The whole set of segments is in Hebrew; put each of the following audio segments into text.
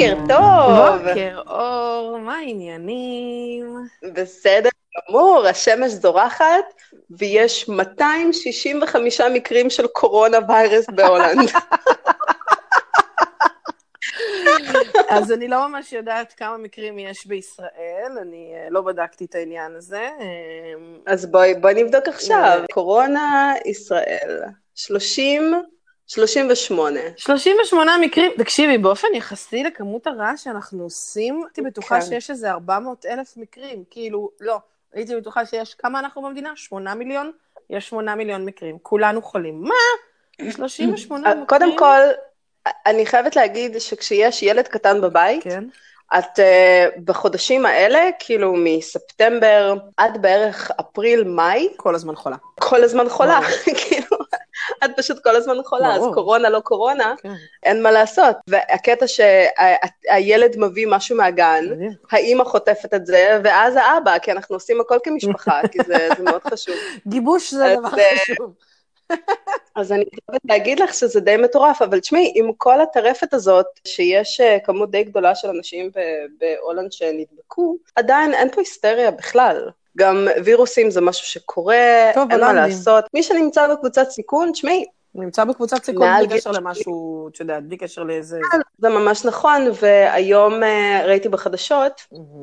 בוקר טוב. בוקר אור, מה העניינים? בסדר גמור, השמש זורחת, ויש 265 מקרים של קורונה ויירס בהולנד. אז אני לא ממש יודעת כמה מקרים יש בישראל, אני לא בדקתי את העניין הזה. אז בואי נבדוק עכשיו. קורונה ישראל, 38. 38 מקרים, תקשיבי, באופן יחסי לכמות הרעש שאנחנו עושים, הייתי בטוחה כן. שיש איזה 400,000 מקרים, כאילו, לא, הייתי בטוחה שיש, כמה אנחנו במדינה? 8 מיליון? יש 8 מיליון מקרים, כולנו חולים. מה? 38 מקרים? קודם כל, אני חייבת להגיד שכשיש ילד קטן בבית, כן. את בחודשים האלה, כאילו מספטמבר עד בערך אפריל-מאי, כל הזמן חולה. כל הזמן חולה, כאילו, את פשוט כל הזמן חולה, אז ברור. קורונה לא קורונה, כן. אין מה לעשות. והקטע שהילד מביא משהו מהגן, מדהים. האמא חוטפת את זה, ואז האבא, כי אנחנו עושים הכל כמשפחה, כי זה מאוד חשוב. גיבוש זה אז, דבר חשוב. אז אני חייבת להגיד לך שזה די מטורף, אבל תשמעי, עם כל הטרפת הזאת, שיש כמות די גדולה של אנשים בהולנד שנדבקו, עדיין אין פה היסטריה בכלל. גם וירוסים זה משהו שקורה, טוב, אין מה הולנדים. לעשות. מי שנמצא בקבוצת סיכון, תשמעי, נמצא בקבוצת סיכון מעל בלי גיל קשר למשהו, את יודעת, בלי קשר לאיזה... זה ממש נכון, והיום ראיתי בחדשות,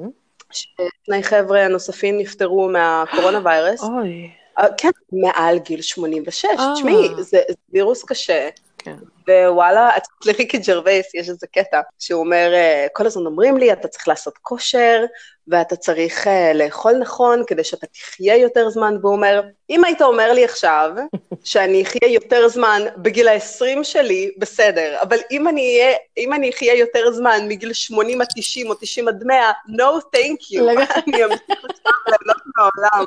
ששני חבר'ה נוספים נפטרו מהקורונה ויירס, אוי. כן, מעל גיל 86, אה. תשמעי, זה וירוס קשה, כן. ווואלה, לריקי ג'רווייס יש איזה קטע, שהוא אומר, כל הזמן אומרים לי, אתה צריך לעשות כושר, ואתה צריך לאכול נכון, כדי שאתה תחיה יותר זמן, והוא אומר, אם היית אומר לי עכשיו, שאני אחיה יותר זמן בגיל ה-20 שלי, בסדר, אבל אם אני אחיה יותר זמן, מגיל 80 עד 90 או 90 עד 100, no thank you, אני אמשיך לבנות מהעולם.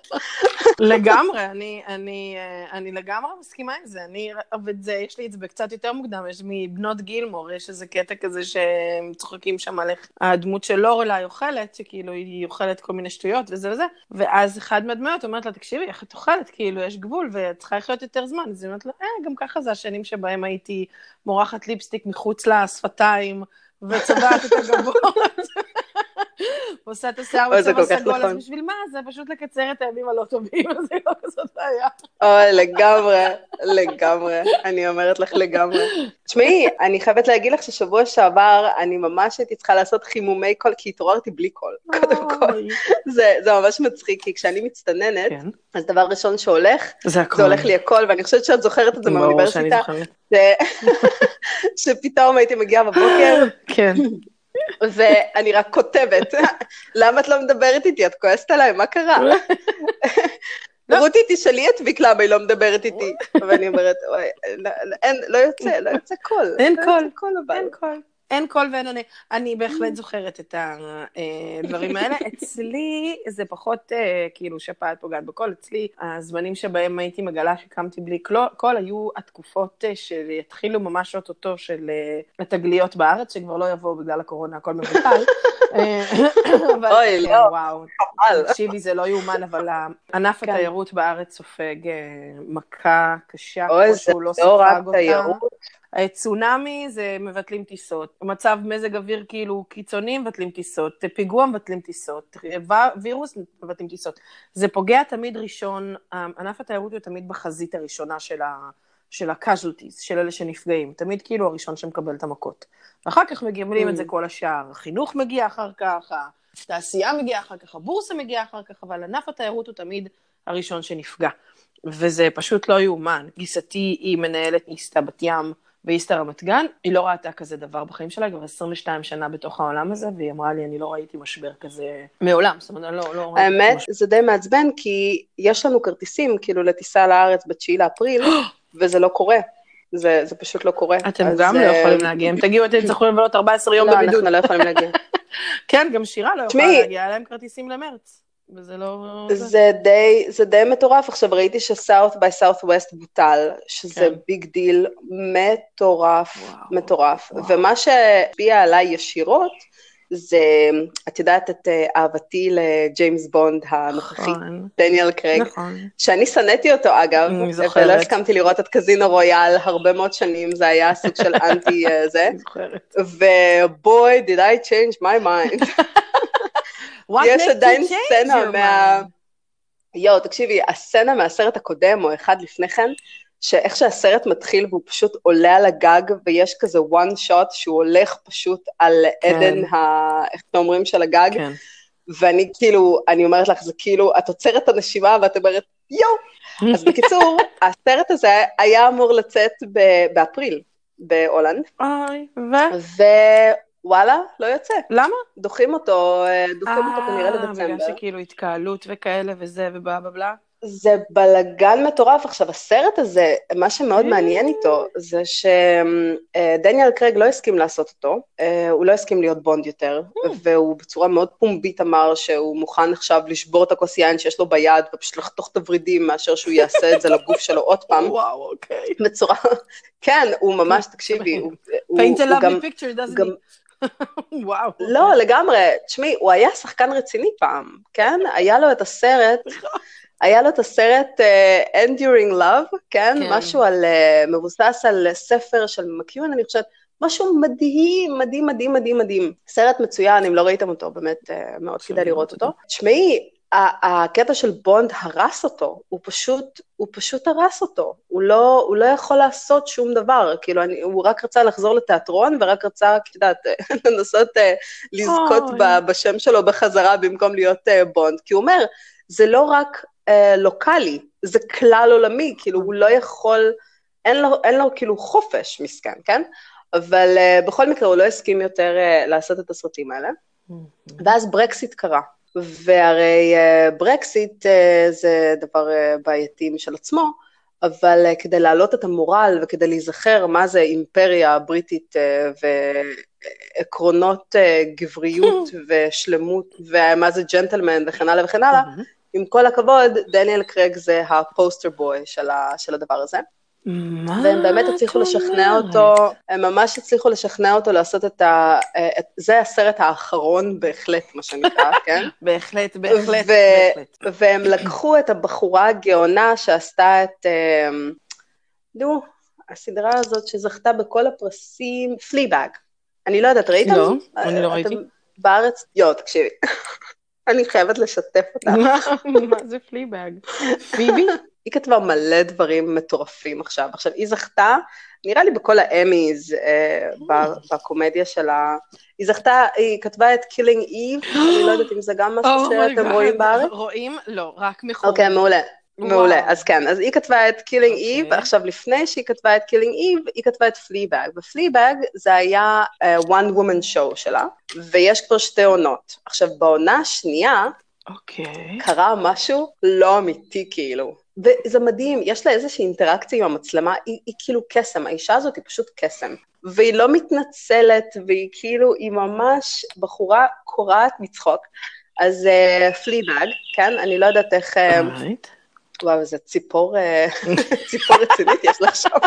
לגמרי, אני לגמרי מסכימה עם זה, יש לי את זה קצת יותר מוקדם, יש מבנות גילמור, יש איזה קטע כזה שהם צוחקים שם על איך הדמות של לורלה אוכלת, שכאילו היא אוכלת כל מיני שטויות וזה וזה, ואז אחד מהדמויות אומרת לה, תקשיבי, איך את אוכלת, כאילו יש גבול ואת צריכה לחיות יותר זמן, אז היא אומרת לה, גם ככה זה השנים שבהם הייתי מורחת ליפסטיק מחוץ לשפתיים, וצבעת את הגבור, ועושה את השיער בצבע סגול, אז בשביל מה? זה פשוט לקצר את הימים הלא טובים, זה לא כזאת בעיה. אוי, לגמרי, אני אומרת לך לגמרי. תשמעי, אני חייבת להגיד לך ששבוע שעבר, אני ממש הייתי צריכה לעשות חימומי קול, כי התעוררתי בלי קול, קודם כל. זה ממש מצחיק, כי כשאני מצטננת, אז דבר ראשון שהולך, זה הולך לי הקול, ואני חושבת שאת זוכרת את זה מהאוניברסיטה, שפתאום הייתי מגיעה בבוקר, כן. ואני רק כותבת, למה את לא מדברת איתי? את כועסת עליי, מה קרה? רותי, תשאלי את ויק למה היא לא מדברת איתי, ואני אומרת, לא יוצא קול. אין קול. אין קול ואין עונה. אני בהחלט זוכרת את הדברים האלה. אצלי זה פחות כאילו שפעת פוגעת בקול. אצלי הזמנים שבהם הייתי מגלה שקמתי בלי קול, היו התקופות שיתחילו ממש אותו של התגליות בארץ, שכבר לא יבואו בגלל הקורונה, הכל מבוטל. אוי, לא. וואו, תקשיבי, זה לא יאומן, אבל ענף התיירות בארץ סופג מכה קשה, אוי, זה לא רק תיירות. צונאמי זה מבטלים טיסות, מצב מזג אוויר כאילו קיצוני מבטלים טיסות, פיגוע מבטלים טיסות, וירוס מבטלים טיסות. זה פוגע תמיד ראשון, ענף התיירות הוא תמיד בחזית הראשונה של ה-casualties, של אלה שנפגעים, תמיד כאילו הראשון שמקבל את המכות. ואחר כך מגיעים את זה כל השאר, החינוך מגיע אחר כך, התעשייה מגיעה אחר כך, הבורסה מגיעה אחר כך, אבל ענף התיירות הוא תמיד הראשון שנפגע. וזה פשוט לא יאומן. גיסתי היא מנהלת איסטה בת ים, באיסטה רמת גן, היא לא ראתה כזה דבר בחיים שלה, כבר 22 שנה בתוך העולם הזה, והיא אמרה לי, אני לא ראיתי משבר כזה מעולם, זאת אומרת, לא ראיתי האמת, זה די מעצבן, כי יש לנו כרטיסים, כאילו, לטיסה לארץ ב9 לאפריל, וזה לא קורה. זה פשוט לא קורה. אתם גם לא יכולים להגיע, אם תגיעו, אתם צריכים לבלות 14 יום בבידוד. לא, אנחנו לא יכולים להגיע. כן, גם שירה לא יכולה להגיע, היה להם כרטיסים למרץ. וזה לא... זה די מטורף. עכשיו ראיתי ש-South by Southwest בוטל, שזה ביג דיל מטורף. ומה שהשפיע עליי ישירות, זה, את יודעת את אהבתי לג'יימס בונד הנוכחי, נכון. דניאל קרייג, נכון. שאני שנאתי אותו אגב, אני ולא זוכרת. הסכמתי לראות את קזינו רויאל הרבה מאוד שנים, זה היה סוג של אנטי זה, אני זוכרת. ובוי, did I change my mind. What יש makes עדיין you change סצנה your mind? יו, תקשיבי, הסצנה מהסרט הקודם, או אחד לפני כן, שאיך שהסרט מתחיל והוא פשוט עולה על הגג, ויש כזה one shot שהוא הולך פשוט על עדן, איך אתם אומרים, של הגג, כן. ואני כאילו, אני אומרת לך, זה כאילו, את עוצרת את הנשימה ואת אומרת, יו! אז בקיצור, הסרט הזה היה אמור לצאת באפריל, בהולנד, אוי, ווואלה, לא יוצא. למה? דוחים אותו כנראה בגלל לדצמבר. שכאילו התקהלות וכאלה וזה ובלה בלה. זה בלגן מטורף. עכשיו, הסרט הזה, מה שמאוד מעניין איתו, זה שדניאל קרייג לא הסכים לעשות אותו, הוא לא הסכים להיות בונד יותר, והוא בצורה מאוד פומבית אמר שהוא מוכן עכשיו לשבור את הכוס יין שיש לו ביד, ופשוט לחתוך את הוורידים, מאשר שהוא יעשה את זה לגוף שלו עוד פעם. וואו, אוקיי. בצורה, כן, הוא ממש, תקשיבי, Paint a lovely picture, doesn't he? וואו. לא, לגמרי, תשמעי, הוא היה שחקן רציני פעם, כן? היה לו את הסרט, Enduring Love, כן? משהו מבוסס על ספר של מקיון, אני חושבת, משהו מדהים, מדהים, מדהים, מדהים, מדהים. סרט מצוין, אם לא ראיתם אותו, באמת מאוד כדאי לראות אותו. תשמעי, הקטע של בונד הרס אותו, הוא פשוט הרס אותו, הוא לא יכול לעשות שום דבר, כאילו הוא רק רצה לחזור לתיאטרון, ורק רצה, כדעת, לנסות לזכות בשם שלו בחזרה, במקום להיות בונד, כי הוא אומר, זה לא רק לוקלי, זה כלל עולמי, כאילו הוא לא יכול, אין לו כאילו חופש מסכן, כן? אבל בכל מקרה הוא לא הסכים יותר לעשות את הסרטים האלה, ואז ברקסיט קרה, והרי ברקסיט זה דבר בעייתי משל עצמו, אבל כדי להעלות את המורל וכדי להיזכר מה זה אימפריה בריטית ועקרונות גבריות ושלמות ומה זה ג'נטלמן וכן הלאה וכן הלאה, עם כל הכבוד, דניאל קרייג זה הפוסטר בוי של הדבר הזה. והם באמת הצליחו לשכנע אותו, הם ממש הצליחו לשכנע אותו לעשות זה הסרט האחרון בהחלט, מה שנקרא, כן? בהחלט, בהחלט. והם לקחו את הבחורה הגאונה שעשתה את, הסדרה הזאת שזכתה בכל הפרסים, פליבאג. אני לא יודעת, ראיתם? לא, אני לא ראיתי. בארץ? תקשיבי. אני חייבת לשתף אותך. מה זה פליבאג? פיבי? היא כתבה מלא דברים מטורפים עכשיו. עכשיו, היא זכתה, נראה לי בכל האמיז, בקומדיה שלה, היא כתבה את Killing Eve, אני לא יודעת אם זה גם משהו שאתם רואים בארץ. רואים? לא, רק מחורים. אוקיי, מעולה. מעולה, אז כן, אז היא כתבה את Killing Eve, עכשיו לפני שהיא כתבה את Killing Eve, היא כתבה את Fleabag, ו-Fleabag זה היה one woman show שלה, ויש כבר 2 עונות. עכשיו, בעונה השנייה, קרה משהו לא אמיתי כאילו, וזה מדהים, יש לה איזושהי אינטראקציה עם המצלמה, היא כאילו קסם, האישה הזאת היא פשוט קסם, והיא לא מתנצלת, והיא כאילו, היא ממש בחורה קורעת מצחוק, אז Fleabag, כן, אני לא יודעת איך... וואו, איזה ציפור רצינית יש לך שם.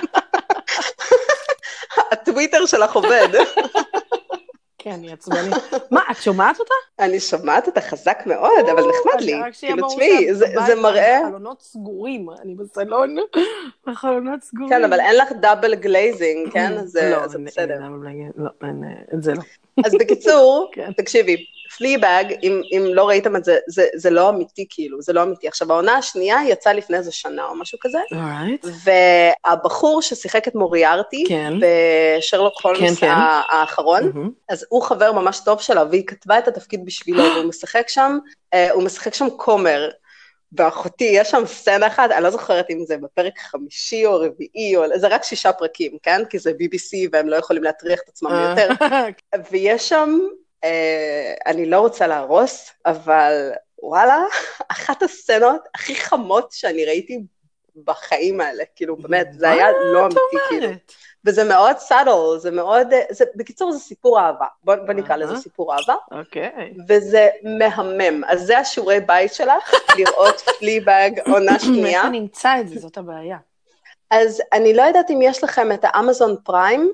הטוויטר שלך עובד. כן, היא עצבנית. מה, את שומעת אותה? אני שומעת אותה חזק מאוד, אבל נחמד לי. כאילו, תשמעי, זה מראה... החלונות סגורים, אני בסלון, החלונות סגורים. כן, אבל אין לך דאבל גלייזינג, כן? זה בסדר. לא, את זה לא. אז בקיצור, תקשיבי, פליבאג, אם לא ראיתם את זה, זה לא אמיתי כאילו, זה לא אמיתי. עכשיו, העונה השנייה יצאה לפני איזה שנה או משהו כזה, והבחור ששיחק את מוריארטי, בשרלוק הולמס האחרון, אז הוא חבר ממש טוב שלה, והיא כתבה את התפקיד בשבילו, והוא משחק שם כומר, ואחותי, יש שם סצנה אחת, אני לא זוכרת אם זה בפרק 5 או 4, זה רק 6 פרקים, כן? כי זה BBC והם לא יכולים להטריח את עצמם יותר. ויש שם, אני לא רוצה להרוס, אבל וואלה, אחת הסצנות הכי חמות שאני ראיתי בחיים האלה, כאילו באמת, זה היה לא אמיתי כאילו. וזה מאוד סאדל, זה מאוד, בקיצור זה סיפור אהבה, בוא נקרא לזה סיפור אהבה, וזה מהמם, אז זה השיעורי בית שלך, לראות פליבאג עונה שנייה. מאיפה נמצא את זה, זאת הבעיה. אז אני לא יודעת אם יש לכם את האמזון פריים,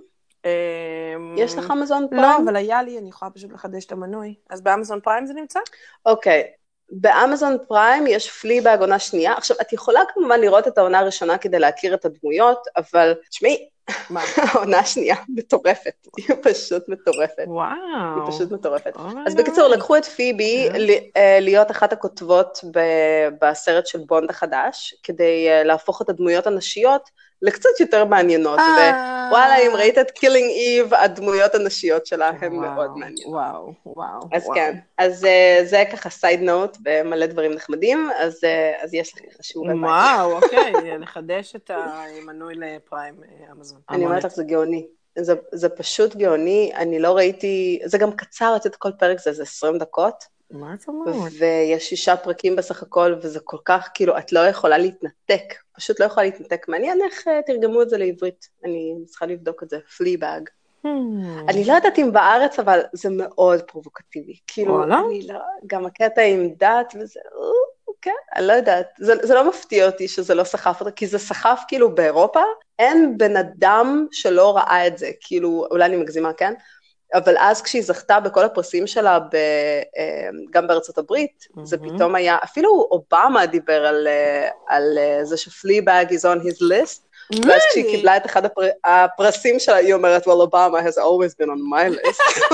יש לך אמזון לא, פריים? אבל היה לי, אני יכולה פשוט לחדש את המנוי. אז באמזון פריים זה נמצא? אוקיי. באמזון פריים יש פליבאג עונה שנייה. עכשיו, את יכולה כמובן לראות את העונה הראשונה כדי להכיר את הדמויות, אבל תשמעי, מה? העונה השנייה מטורפת. היא פשוט מטורפת. וואו. היא פשוט מטורפת. אומייגאד. אז בקיצור, לקחו את פיבי להיות אחת הכותבות בסרט של בונד החדש, כדי להפוך את הדמויות הנשיות לקצת יותר מעניינות, ווואלה, אם ראית את קילינג איב, הדמויות הנשיות שלה הן מאוד מעניינות. וואו. אז כן, אז זה ככה סייד נוט במלא דברים נחמדים, אז יש לך שיעורי בית. וואו, אוקיי, לחדש את המנוי לפריים אמזון. אני אומרת לך, זה גאוני. זה פשוט גאוני, אני לא ראיתי, זה גם קצר, את כל פרק זה 20 דקות. מה את אומרת? ויש 6 פרקים בסך הכל, וזה כל כך, כאילו, את לא יכולה להתנתק, פשוט לא יכולה להתנתק. מעניין איך תרגמו את זה לעברית, אני צריכה לבדוק את זה, פליבאג. אני לא יודעת אם בארץ, אבל זה מאוד פרובוקטיבי. כאילו, אני לא, גם הקטע עם דת וזה, כן, אני לא יודעת. זה לא מפתיע אותי שזה לא סחף אותו, כי זה סחף כאילו באירופה, אין בן אדם שלא ראה את זה, כאילו, אולי אני מגזימה, כן? אבל אז כשהיא זכתה בכל הפרסים שלה, גם בארצות הברית, זה פתאום היה, אפילו אובמה דיבר על זה שפליבאג is on his list, ואז כשהיא קיבלה את אחד הפרסים שלה, היא אומרת, well, Obama has always been on my list.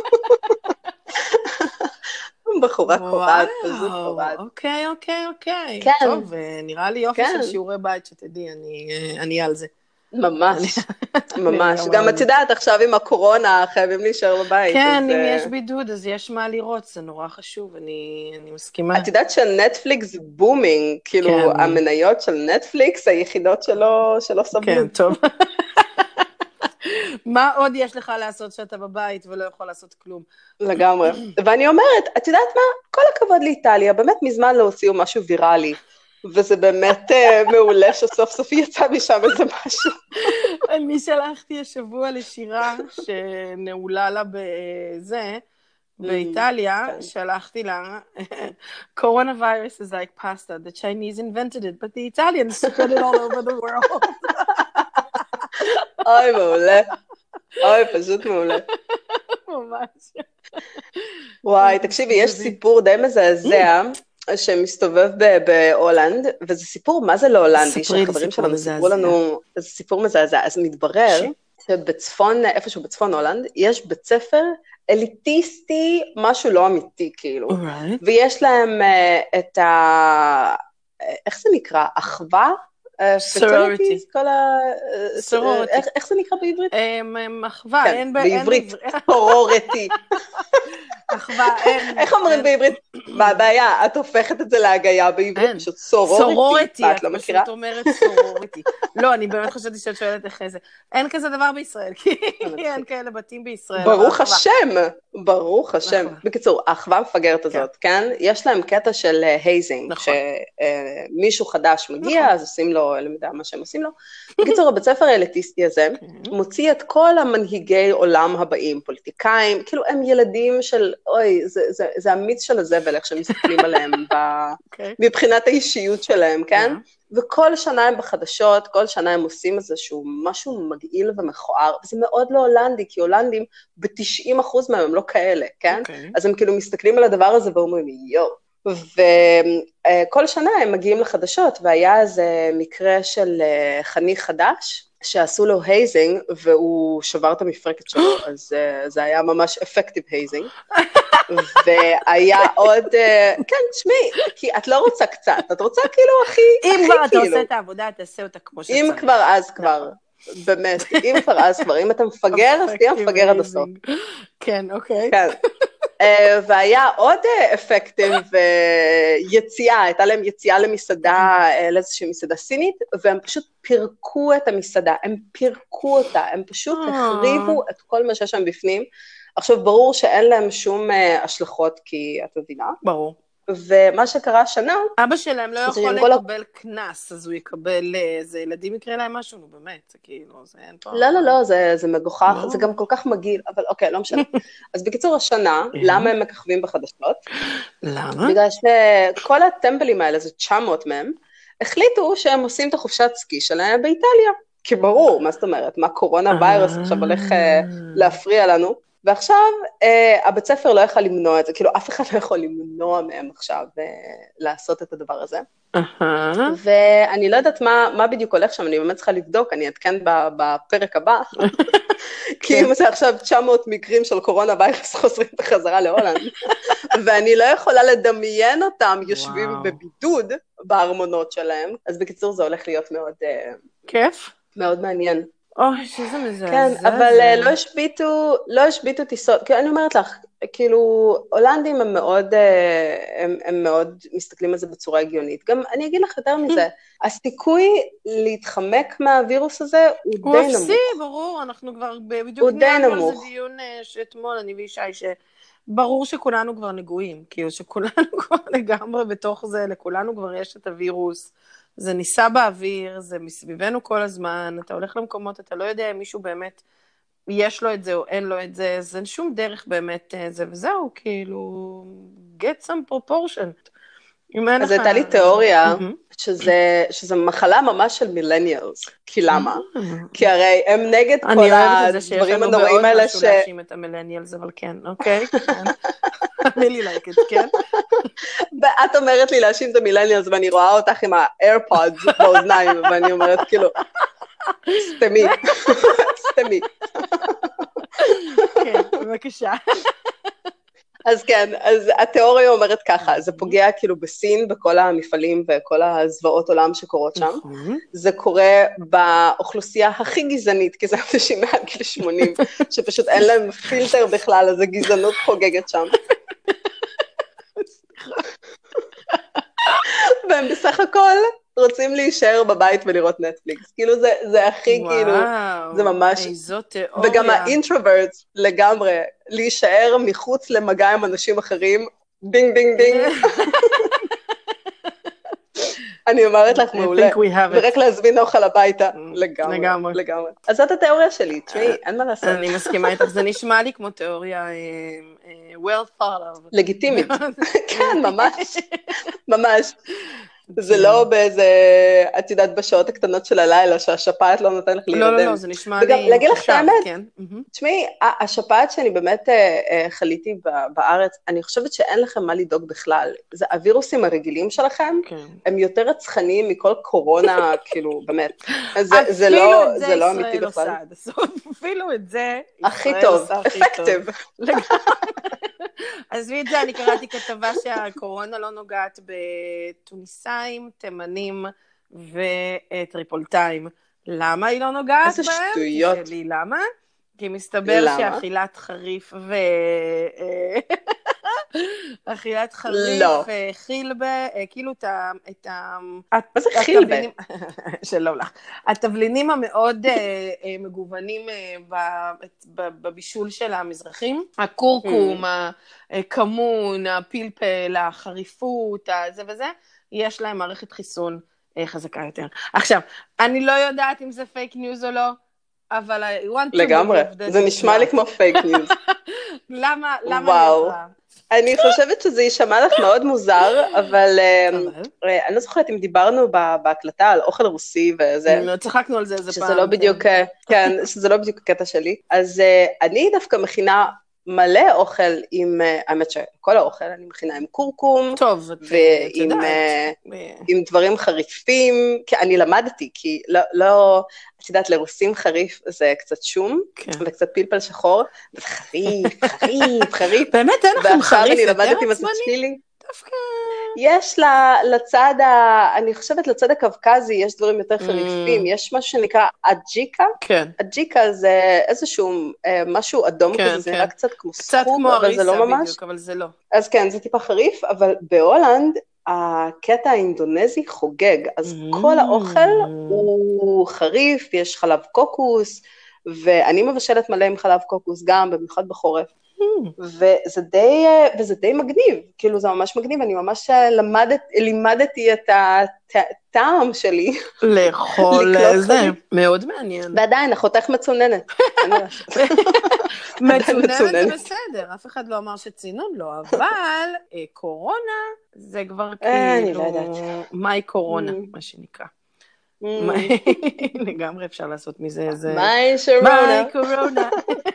בחורה קורעת, פשוט קורעת. אוקיי. כן. טוב, נראה לי יופי של שיעורי בית שתדעי, אני על זה. ממש. גם את יודעת, עכשיו עם הקורונה חייבים להישאר בבית. כן, אם יש בידוד, אז יש מה לראות, זה נורא חשוב, אני מסכימה. את יודעת שנטפליקס בומינג, כאילו המניות של נטפליקס, היחידות שלא סבלו. כן, טוב. מה עוד יש לך לעשות שאתה בבית ולא יכול לעשות כלום? לגמרי. ואני אומרת, את יודעת מה? כל הכבוד לאיטליה, באמת מזמן לא הוציאו משהו ויראלי. וזה באמת מעולה שסוף סוף יצא משם איזה משהו. אני שלחתי השבוע לשירה שנעולה לה בזה, באיטליה, שלחתי לה, coronavirus is like pasta, the Chinese invented it, but the Italians spread it all over the world. אוי, מעולה. אוי, פשוט מעולה. ממש. וואי, תקשיבי, יש סיפור די מזעזע, שמסתובב בהולנד, וזה סיפור, מה זה לא הולנדי, שהחברים שלנו סיפרו לנו, זה סיפור מזעזע, אז מתברר שבצפון, איפשהו בצפון הולנד, יש בית ספר אליטיסטי, משהו לא אמיתי כאילו, ויש להם את איך זה נקרא, אחווה? סורוריטי. איך זה נקרא בעברית? אחווה, אין בעברית, סורוריטי. אחווה, אין. איך אומרים בעברית? מה הבעיה? את הופכת את זה להגייה בעברית, פשוט סורוריטי. את פשוט אומרת סורוריטי. לא, אני באמת חשבתי שאת שואלת איך זה. אין כזה דבר בישראל, כי אין כאלה בתים בישראל. ברוך השם. בקיצור, האחווה המפגרת הזאת, כן? יש להם קטע של הייזינג, שמישהו חדש מגיע, אז עושים לו, לא יודע מה שהם עושים לו. בקיצור, הבית ספר האליטיסטי הזה, מוציא את כל המנהיגי עולם הבאים, פוליטיקאים, כאילו הם ילדים של, אוי, זה המיץ של הזבל, איך שהם מסתכלים עליהם מבחינת האישיות שלהם, כן? וכל שנה הם בחדשות, כל שנה הם עושים איזשהו משהו מגעיל ומכוער, וזה מאוד לא הולנדי, כי הולנדים ב-90% מהם הם לא כאלה, כן? אז הם כאילו מסתכלים על הדבר הזה ואומרים, יו. וכל שנה הם מגיעים לחדשות, והיה איזה מקרה של חניך חדש, שעשו לו הייזינג, והוא שבר את המפרקת שלו, אז זה היה ממש אפקטיב הייזינג. והיה עוד, כן, תשמעי, כי את לא רוצה קצת, את רוצה כאילו הכי כאילו. אם כבר אתה עושה את העבודה, תעשה אותה כמו שצריך. אם כבר, אז כבר, באמת, אם כבר, אז כבר, אם אתה מפגר, אז תהיה מפגר עד הסוף. כן, אוקיי. כן. והיה עוד אפקטים ויציאה, הייתה להם יציאה למסעדה, לאיזושהי מסעדה סינית, והם פשוט פירקו את המסעדה, הם פירקו אותה, הם פשוט החריבו את כל מה שיש שם בפנים. עכשיו, ברור שאין להם שום השלכות, כי את מבינה. ברור. ומה שקרה השנה... אבא שלהם לא יכול לקבל כנס, אז הוא יקבל, איזה ילדים יקרה להם משהו, נו באמת, זה כאילו, זה אין פה... לא, זה מגוחך, זה גם כל כך מגעיל, אבל אוקיי, לא משנה. אז בקיצור, השנה, למה הם מככבים בחדשות? למה? בגלל שכל הטמבלים האלה, זה 900 מהם, החליטו שהם עושים את החופשת סקי שלהם באיטליה. כי ברור, מה זאת אומרת, מה קורונה ויירוס עכשיו הולך להפריע לנו, ועכשיו הבית ספר לא יכול למנוע את זה, כאילו אף אחד לא יכול למנוע מהם עכשיו לעשות את הדבר הזה. ואני לא יודעת מה בדיוק הולך שם, אני באמת צריכה לבדוק, אני אעדכן בפרק הבא, כי אם זה עכשיו 900 מקרים של קורונה ויירוס חוזרים בחזרה להולנד, ואני לא יכולה לדמיין אותם יושבים בבידוד בארמונות שלהם, אז בקיצור זה הולך להיות מאוד כיף. מאוד מעניין. אוי, שזה מזעזע. כן, אבל לא השביתו טיסות, כי אני אומרת לך, כאילו, הולנדים הם מאוד מסתכלים על זה בצורה הגיונית. גם אני אגיד לך יותר מזה, הסיכוי להתחמק מהווירוס הזה הוא די נמוך. הוא אפסי, ברור, אנחנו כבר בדיוק ניהלנו על זה דיון שאתמול, אני וישי, שברור שכולנו כבר נגועים, כאילו שכולנו כבר לגמרי בתוך זה, לכולנו כבר יש את הווירוס, זה ניסה באוויר, זה מסביבנו כל הזמן, אתה הולך למקומות, אתה לא יודע אם מישהו באמת יש לו את זה או אין לו את זה, אז אין שום דרך באמת זה, וזהו, כאילו, get some proportion. אז הייתה לי תיאוריה שזה מחלה ממש של מילניאלס, כי למה? כי הרי הם נגד כל הדברים הנוראים האלה אני אוהבת את זה שיש לנו מאוד משהו להאשים את המילניאלס, אבל כן, אוקיי? really like it, כן? ואת אומרת לי להאשים את המילניאלס, ואני רואה אותך עם האיירפודס באוזניים, ואני אומרת כאילו, סתמי, סתמי. כן, בבקשה. אז כן, אז התיאוריה אומרת ככה, זה פוגע כאילו בסין, בכל המפעלים וכל הזוועות עולם שקורות שם, זה קורה באוכלוסייה הכי גזענית, כי זה אנשים מעל גיל 80, שפשוט אין להם פילטר בכלל, אז הגזענות חוגגת שם. והם בסך הכל רוצים להישאר בבית ולראות נטפליקס, כאילו זה הכי כאילו, זה ממש, וגם האינטרוברטס לגמרי, להישאר מחוץ למגע עם אנשים אחרים, דינג דינג דינג, אני אומרת לך מעולה, ורק להזמין אוכל הביתה, לגמרי. אז זאת התיאוריה שלי, תשמעי, אין מה לעשות. אני מסכימה איתך, זה נשמע לי כמו תיאוריה well thought of. לגיטימית, כן, ממש, ממש. זה לא באיזה, את יודעת, בשעות הקטנות של הלילה, שהשפעת לא נותן לך להירדם. לא, זה נשמע לי... וגם להגיד לך את האמת, תשמעי, השפעת שאני באמת חליתי בארץ, אני חושבת שאין לכם מה לדאוג בכלל. זה הווירוסים הרגילים שלכם, הם יותר רצחניים מכל קורונה, כאילו, באמת. זה לא אמיתי בכלל. אפילו את זה, הכי טוב, אפקטיב. אז את זה, אני קראתי כתבה שהקורונה לא נוגעת בתוניסאים, תימנים וטריפולטאים. למה היא לא נוגעת בהם? איזה שטויות. תשאלי למה? כי מסתבר שאכילת חריף אכילת חריף, חילבה, כאילו את מה זה חילבה? שלא לך. התבלינים המאוד מגוונים בבישול של המזרחים, הקורקום, הכמון, הפלפל, החריפות, זה וזה, יש להם מערכת חיסון חזקה יותר. עכשיו, אני לא יודעת אם זה פייק ניוז או לא, אבל I want to לגמרי, זה נשמע לי כמו פייק ניוז. למה וואו. אני חושבת שזה יישמע לך מאוד מוזר, אבל אני לא זוכרת אם דיברנו בהקלטה על אוכל רוסי וזה. צחקנו על זה איזה פעם. שזה לא בדיוק, כן, שזה לא בדיוק הקטע שלי. אז אני דווקא מכינה מלא אוכל עם, האמת שכל האוכל אני מכינה עם קורקום, טוב, ועם דברים חריפים, כי אני למדתי, כי לא, את יודעת, לרוסים חריף זה קצת שום, וקצת פלפל שחור, וזה חריף. באמת אין לכם חריף יותר עצמני? דווקא. יש לצד, אני חושבת לצד הקווקזי, יש דברים יותר חריפים, יש משהו שנקרא אג'יקה, אג'יקה זה איזשהו משהו אדום כזה, זה נראה קצת כמו סחוב, אבל זה לא ממש. אבל זה לא. אז כן, זה טיפה חריף, אבל בהולנד, הקטע האינדונזי חוגג, אז כל האוכל הוא חריף, יש חלב קוקוס, ואני מבשלת מלא עם חלב קוקוס גם, במיוחד בחורף. וזה די מגניב, כאילו זה ממש מגניב, אני ממש לימדתי את הטעם שלי. לאכול זה, מאוד מעניין. ועדיין, אחותך מצוננת. מצוננת זה בסדר, אף אחד לא אמר שצינון לא, אבל קורונה זה כבר כאילו, מהי קורונה, מה שנקרא. לגמרי אפשר לעשות מזה איזה... מיי שרונה. מיי קורונה.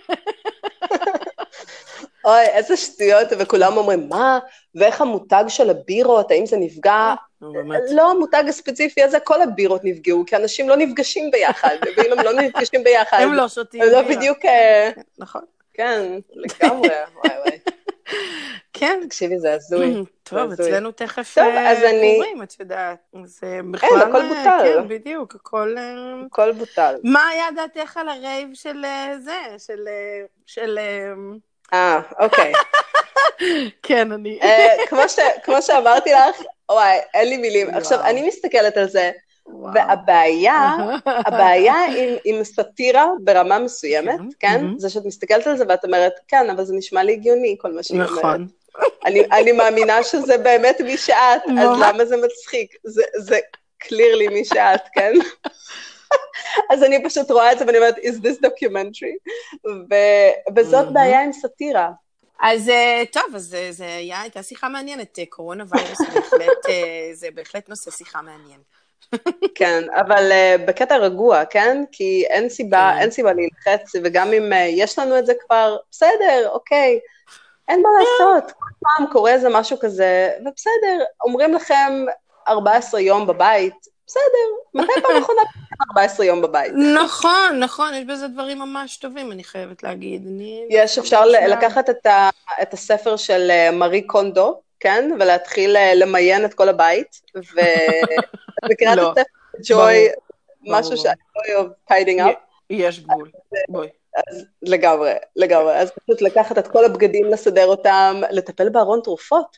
אוי, איזה שטויות, וכולם אומרים, מה? ואיך המותג של הבירות, האם זה נפגע? לא, המותג הספציפי הזה, כל הבירות נפגעו, כי אנשים לא נפגשים ביחד, ואם הם לא נפגשים ביחד, הם לא שותים הם לא בירה. בדיוק... נכון. כן, לגמרי, וואי וואי. כן. תקשיבי, זה הזוי. טוב, אצלנו תכף פורים, את יודעת. זה אין, בכלל... הכל בוטל. כן, בדיוק, הכל בוטל. מה היה דעתך על הרייב של זה? של... אוקיי. כן, אני... כמו שאמרתי לך, וואי, אין לי מילים. עכשיו, אני מסתכלת על זה, והבעיה עם סאטירה ברמה מסוימת, כן? זה שאת מסתכלת על זה ואת אומרת, כן, אבל זה נשמע לי הגיוני, כל מה שהיא אומרת. נכון. אני מאמינה שזה באמת מי שאת, אז למה זה מצחיק? זה קליר לי מי שאת, כן? אז אני פשוט רואה את זה ואני אומרת, is this documentary? וזאת בעיה עם סאטירה. אז טוב, אז זה הייתה שיחה מעניינת, קורונה ויירוס זה בהחלט נושא שיחה מעניין. כן, אבל בקטע רגוע, כן? כי אין סיבה להילחץ, וגם אם יש לנו את זה כבר, בסדר, אוקיי, אין מה לעשות, כל פעם קורה איזה משהו כזה, ובסדר, אומרים לכם 14 יום בבית, בסדר, מתי פעם אחרונה 14 יום בבית? נכון, יש בזה דברים ממש טובים, אני חייבת להגיד. אפשר לקחת את הספר של מארי קונדו, כן? ולהתחיל למיין את כל הבית, וקראת את הספר ג'וי, משהו ש-joy of tidying up. יש גבול, בואי. אז לגמרי. אז פשוט לקחת את כל הבגדים, לסדר אותם, לטפל בארון תרופות.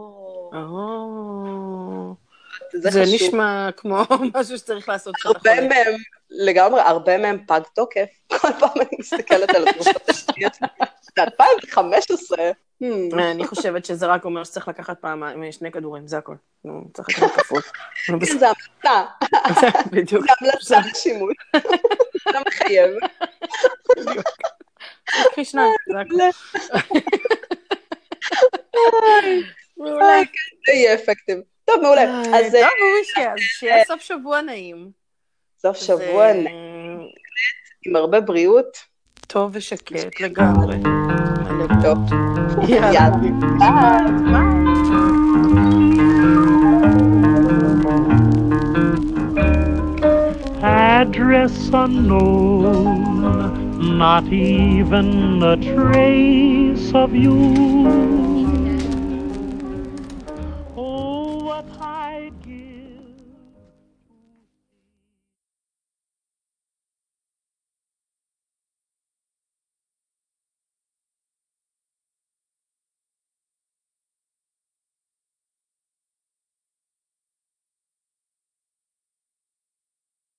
זה נשמע כמו משהו שצריך לעשות. הרבה מהם פג תוקף. כל פעם אני מסתכלת על התרופות השניות. זה 2015. אני חושבת שזה רק אומר שצריך לקחת פעם 2 כדורים, זה הכל. צריך לקחת כפות. זה המלצה. בדיוק. זה המלצה לשימוש. זה מחייב. בדיוק. קחי 2, זה הכל. מעולה. זה יהיה אפקטיב. טוב, מעולה. טוב, אז שיהיה סוף שבוע נעים. סוף שבוע נעים. עם הרבה בריאות. טוב ושקט לגמרי. טוב. יאללה. ביי. Address unknown, not even a trace of you.